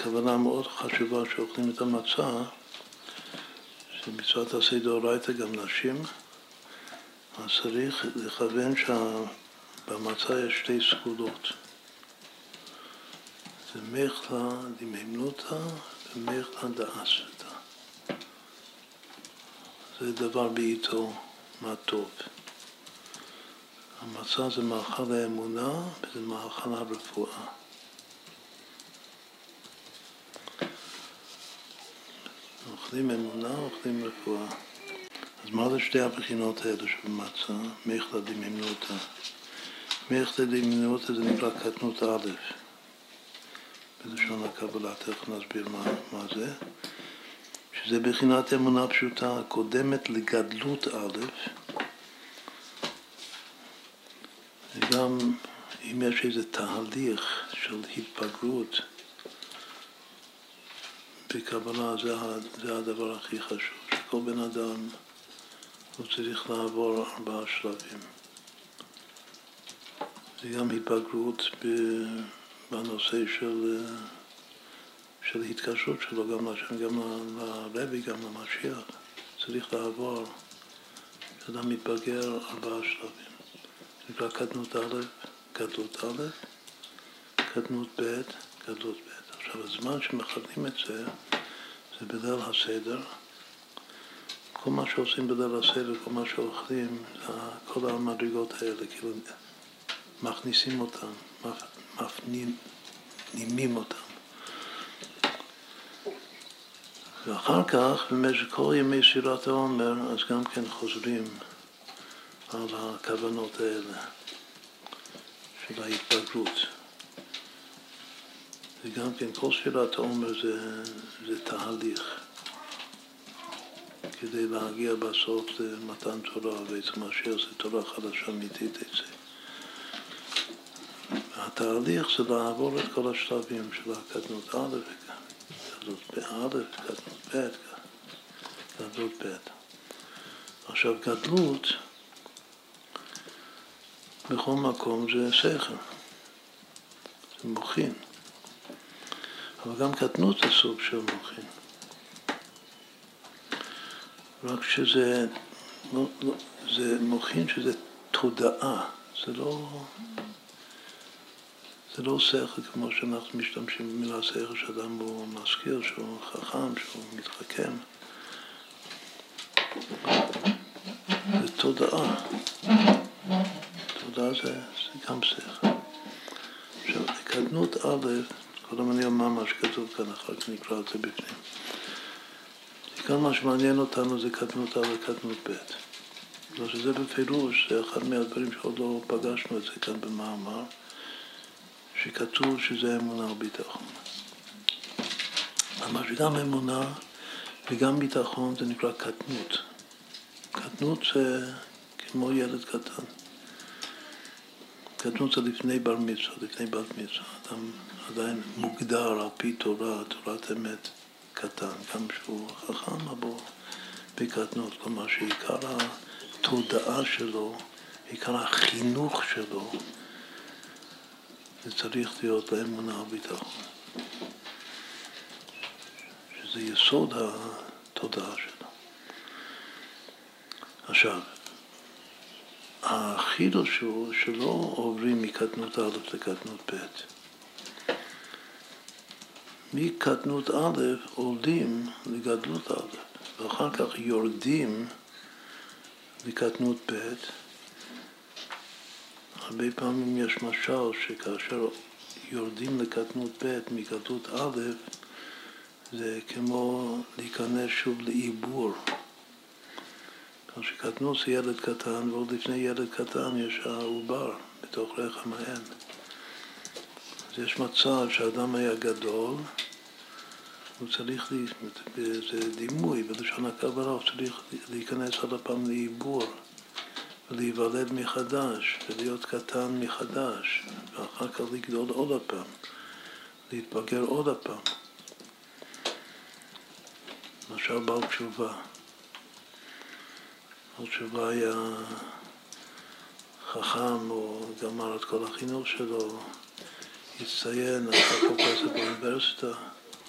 כוונה מאוד חשובה שאוכלים את המצה, שמצוות עשה דאורייתא גם נשים, אז צריך לכוון שבמצה יש שתי סגולות. זה מחלה דמהמנותא ומחלה דאסתא. זה דבר בעיתו, מה טוב. המצה זה מאכל האמונה וזה מאכל הרפואה. אוכלים אמונה, אוכלים רפואה. אז מה זה שתי הבחינות האלה שבמצה? מחלה דמהמנותא. מחלה דמהמנותא זה נקרא קטנות א', בלשון הקבלה, תכף נסביר מה זה. שזה בחינת אמונה פשוטה, קודמת לגדלות א', וגם אם יש איזה תהליך של התבגרות בקבלה, זה הדבר הכי חשוב, שכל בן אדם הוא צריך לעבור 4 שלבים. זה גם התבגרות בנושא של התקשרות שלו, גם לשם, גם לרבי, גם למשיח. צריך לעבור, כשאדם מתבגר 4 שלבים. נקרא קטנות א', גדלות א', קטנות ב', גדלות ב'. עכשיו, הזמן שמכוונים את זה, זה בליל הסדר. כל מה שעושים בליל הסדר, כל מה שאוכלים, כל המדרגות האלה, כאילו מכניסים אותם, מפנימים אותם. ואחר כך, במשך כל ימי ספירת העומר, אז גם כן חוזרים על הכוונות האלה של ההתבגרות. וגם כן, כל ספירת העומר זה תהליך כדי להגיע בסוף למתן תורה, בעצם אשר זה תורה חדשה אמיתית אצל. התהליך זה לעבור את כל השלבים של הקטנות א', גדלות א', קטנות ב', גדלות ב'. עכשיו, גדלות בכל מקום זה שכל, זה מוחין. אבל גם קטנות זה סוג של מוחין. רק שזה זה מוחין שזה תודעה, זה לא שכל כמו שאנחנו משתמשים במילה שכל, שאדם הוא מזכיר, שהוא חכם, שהוא מתחכם. זה תודעה. תודעה זה גם שכל. עכשיו, קטנות א', קודם אני אומר מה שכתוב כאן, אחר כך נקרא את זה בפנים. כאן מה שמעניין אותנו זה קטנות א' וקטנות ב'. שזה בפירוש, זה אחד מהדברים שעוד לא פגשנו את זה כאן במאמר, שכתוב שזה אמונה וביטחון. אבל שגם אמונה וגם ביטחון זה נקרא קטנות. קטנות זה כמו ילד קטן. קטנות זה לפני בר מצווה, לפני בת מצווה. אדם עדיין מוגדר על פי תורה, תורת אמת קטן, גם שהוא חכם, אבל בקטנות, כלומר שעיקר התודעה שלו, עיקר החינוך שלו, זה צריך להיות לאמונה וביטחון. שזה יסוד התודעה שלו. עכשיו, החידוש הוא שלא עוברים מקטנות א' לקטנות ב'. מקטנות א' עולים לגדלות א', ואחר כך יורדים לקטנות ב'. הרבה פעמים יש משל שכאשר יורדים לקטנות ב' מגדלות א', זה כמו להיכנס שוב לעיבור. כשקטנות זה ילד קטן, ועוד לפני ילד קטן יש העובר בתוך רחם האם. אז יש מצב שהאדם היה גדול, הוא צריך, זה דימוי, בלשון הקבלה, הוא צריך להיכנס עוד הפעם לעיבור, ולהיוולד מחדש, ולהיות קטן מחדש, ואחר כך לגדול עוד הפעם, להתבגר עוד הפעם. למשל בעל תשובה. בעל תשובה היה חכם, הוא גמר את כל החינוך שלו, הצטיין, עשה פרופסור באוניברסיטה,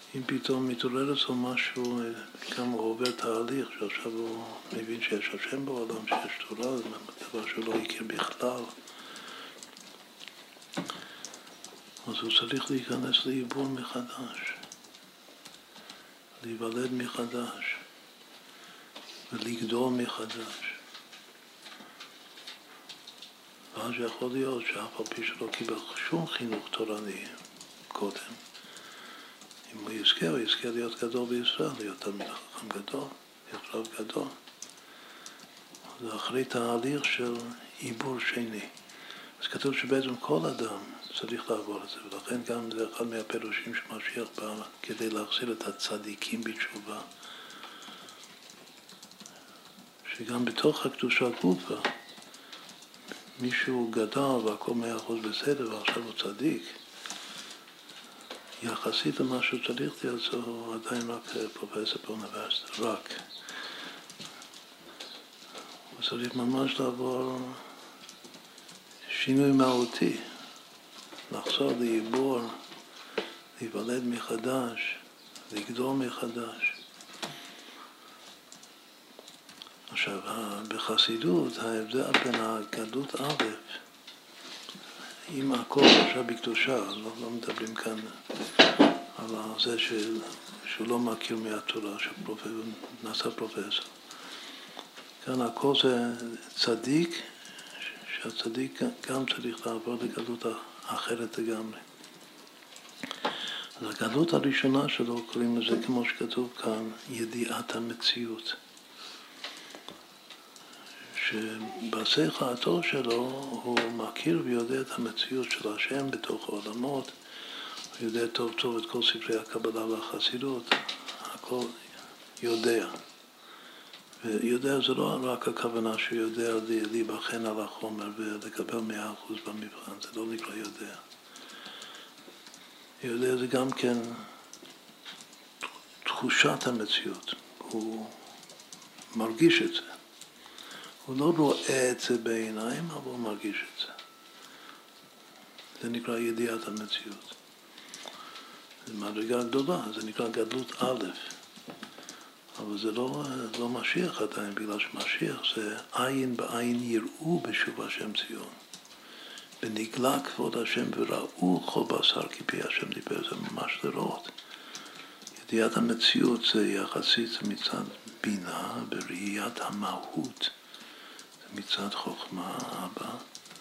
אם פתאום מתעורר אצלו משהו, גם הוא עובר תהליך, שעכשיו הוא מבין שיש השם בעולם, שיש תורה, זה דבר שהוא לא הכיר בכלל. אז הוא צריך להיכנס לעיבור מחדש, להיוולד מחדש, ולגדול מחדש. ואז יכול להיות שאף על פי שלא קיבל שום חינוך תורני קודם, אם הוא יזכה להיות גדול בישראל, להיות תלמיד חכם גדול, להיות רב גדול. זה אחרי תהליך של עיבור שני. אז כתוב שבעצם כל אדם צריך לעבור את זה, ולכן גם זה אחד מהפירושים שמשיח בא כדי להחזיר את הצדיקים בתשובה. שגם בתוך הקדושה גופה, מישהו גדל והכל 100% בסדר ועכשיו הוא צדיק, יחסית למה שהוא צריך להיות, הוא עדיין רק פרופסור באוניברסיטה, רק. הוא צריך ממש לעבור שינוי מהותי, לחזור לעיבור, להיוולד מחדש, לגדול מחדש. עכשיו, בחסידות, ההבדל בין הגדלות א', עם הכל עכשיו בקדושה, לא מדברים כאן על זה שהוא לא מכיר מהתורה, שנעשה פרופסור. כאן הכל זה צדיק, שהצדיק גם צריך לעבור לגדלות אחרת לגמרי. אז הגדלות הראשונה שלו, קוראים לזה כמו שכתוב כאן, ידיעת המציאות. שבשכל התור שלו הוא מכיר ויודע את המציאות של השם בתוך העולמות, הוא יודע טוב טוב את כל ספרי הקבלה והחסידות, הכל יודע. ויודע זה לא רק הכוונה שהוא יודע להיבחן על החומר ולקבל 100% במבחן, זה לא נקרא יודע. יודע זה גם כן תחושת המציאות, הוא מרגיש את זה. הוא לא רואה את זה בעיניים, אבל הוא מרגיש את זה. זה נקרא ידיעת המציאות. זה מדרגה גדולה, זה נקרא גדלות א', אבל זה לא משיח עדיין, בגלל שמשיח זה עין בעין יראו בשוב השם ציון. ונגלה כבוד השם וראו כל בשר כפי השם דיבר, זה ממש לראות. ידיעת המציאות זה יחסית מצד בינה בראיית המהות. מצד חוכמה הבא.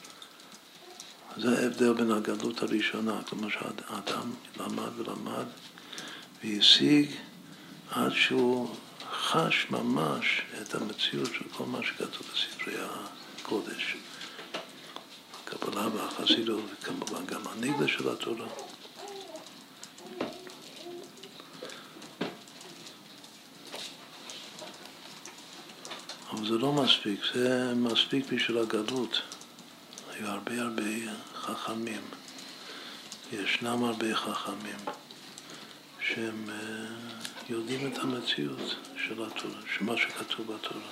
זה ההבדל בין הגדלות הראשונה, כלומר שהאדם למד ולמד והשיג עד שהוא חש ממש את המציאות של כל מה שכתוב בספרי הקודש. הקבלה והחסידות וכמובן גם הנגלה של התורה. אבל זה לא מספיק, זה מספיק בשביל הגדלות. היו הרבה חכמים, ישנם הרבה חכמים שהם יודעים את המציאות של התורה, שמה שכתוב בתורה.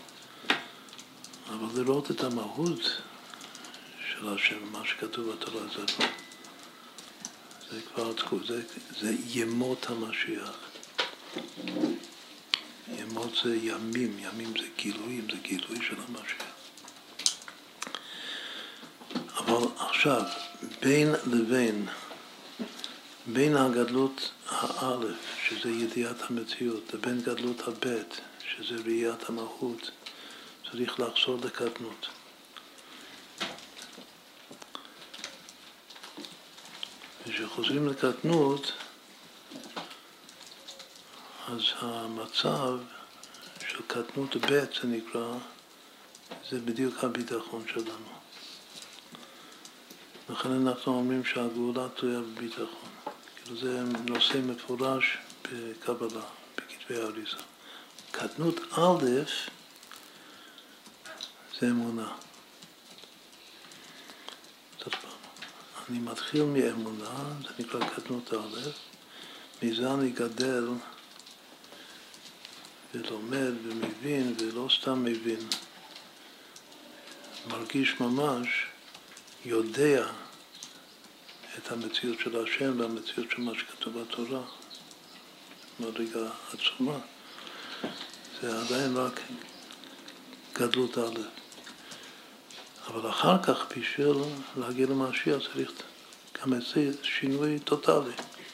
אבל לראות את המהות של השם, מה שכתוב בתורה, זה לא. זה כבר זה ימות המשיח. ימות זה ימים, ימים זה גילויים, זה גילוי של המשיח. אבל עכשיו, בין הגדלות האלף, שזה ידיעת המציאות, לבין גדלות הבית, שזה ראיית המהות, צריך לחזור לקטנות. כשחוזרים לקטנות, אז המצב של קטנות ב' זה נקרא, זה בדיוק הביטחון שלנו. לכן אנחנו אומרים שהגאולה תלויה בביטחון. כאילו זה נושא מפורש בקבלה, בכתבי האריזה. קטנות א' זה אמונה. אני מתחיל מאמונה, זה נקרא קטנות א', מזה אני גדל ולומד ומבין, ולא סתם מבין, מרגיש ממש, יודע את המציאות של השם והמציאות של מה שכתוב בתורה. מדרגה עצומה. זה עדיין רק גדלות א'. אבל אחר כך, בשביל להגיע למשיח, צריך גם את זה שינוי טוטלי.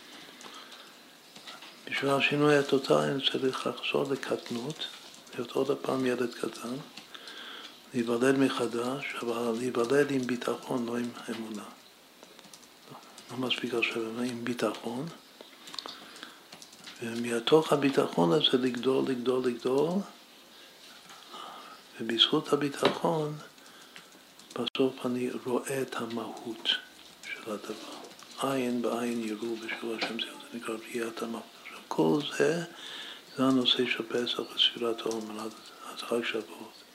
בשביל השינוי הטוטלי צריך לחזור לקטנות, להיות עוד פעם ילד קטן, להיוולד מחדש, אבל להיוולד עם ביטחון, לא עם אמונה. לא מספיק עכשיו עם ביטחון, ומתוך הביטחון הזה לגדול, לגדול, לגדול, ובזכות הביטחון, בסוף אני רואה את המהות של הדבר. עין בעין יראו בשביל השם, זה נקרא ראיית המהות. כל זה הנושא של פסח וספירת העומר, אז חג שבועות.